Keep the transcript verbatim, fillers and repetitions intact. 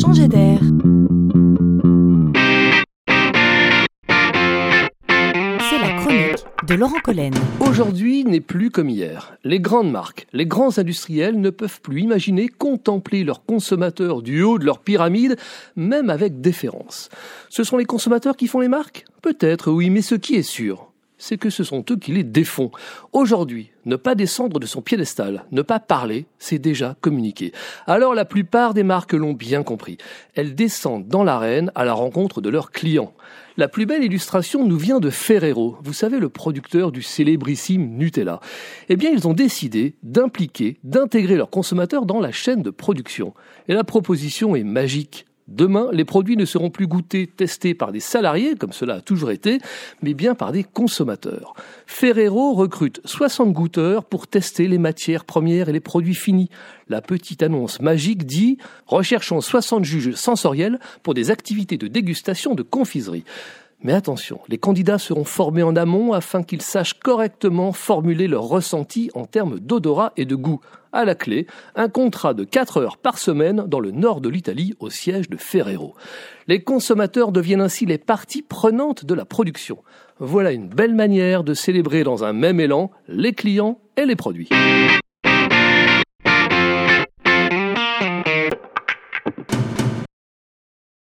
changer d'air. C'est la chronique de Laurent Collen. Aujourd'hui n'est plus comme hier. Les grandes marques, les grands industriels ne peuvent plus imaginer contempler leurs consommateurs du haut de leur pyramide, même avec déférence. Ce sont les consommateurs qui font les marques ? Peut-être, oui, mais ce qui est sûr, c'est que ce sont eux qui les défont. Aujourd'hui, ne pas descendre de son piédestal, ne pas parler, c'est déjà communiquer. Alors la plupart des marques l'ont bien compris. Elles descendent dans l'arène à la rencontre de leurs clients. La plus belle illustration nous vient de Ferrero, vous savez, le producteur du célébrissime Nutella. Eh bien, ils ont décidé d'impliquer, d'intégrer leurs consommateurs dans la chaîne de production. Et la proposition est magique. Demain, les produits ne seront plus goûtés, testés par des salariés, comme cela a toujours été, mais bien par des consommateurs. Ferrero recrute soixante goûteurs pour tester les matières premières et les produits finis. La petite annonce magique dit « Recherchons soixante juges sensoriels pour des activités de dégustation de confiserie ». Mais attention, les candidats seront formés en amont afin qu'ils sachent correctement formuler leurs ressentis en termes d'odorat et de goût. À la clé, un contrat de quatre heures par semaine dans le nord de l'Italie, au siège de Ferrero. Les consommateurs deviennent ainsi les parties prenantes de la production. Voilà une belle manière de célébrer dans un même élan les clients et les produits.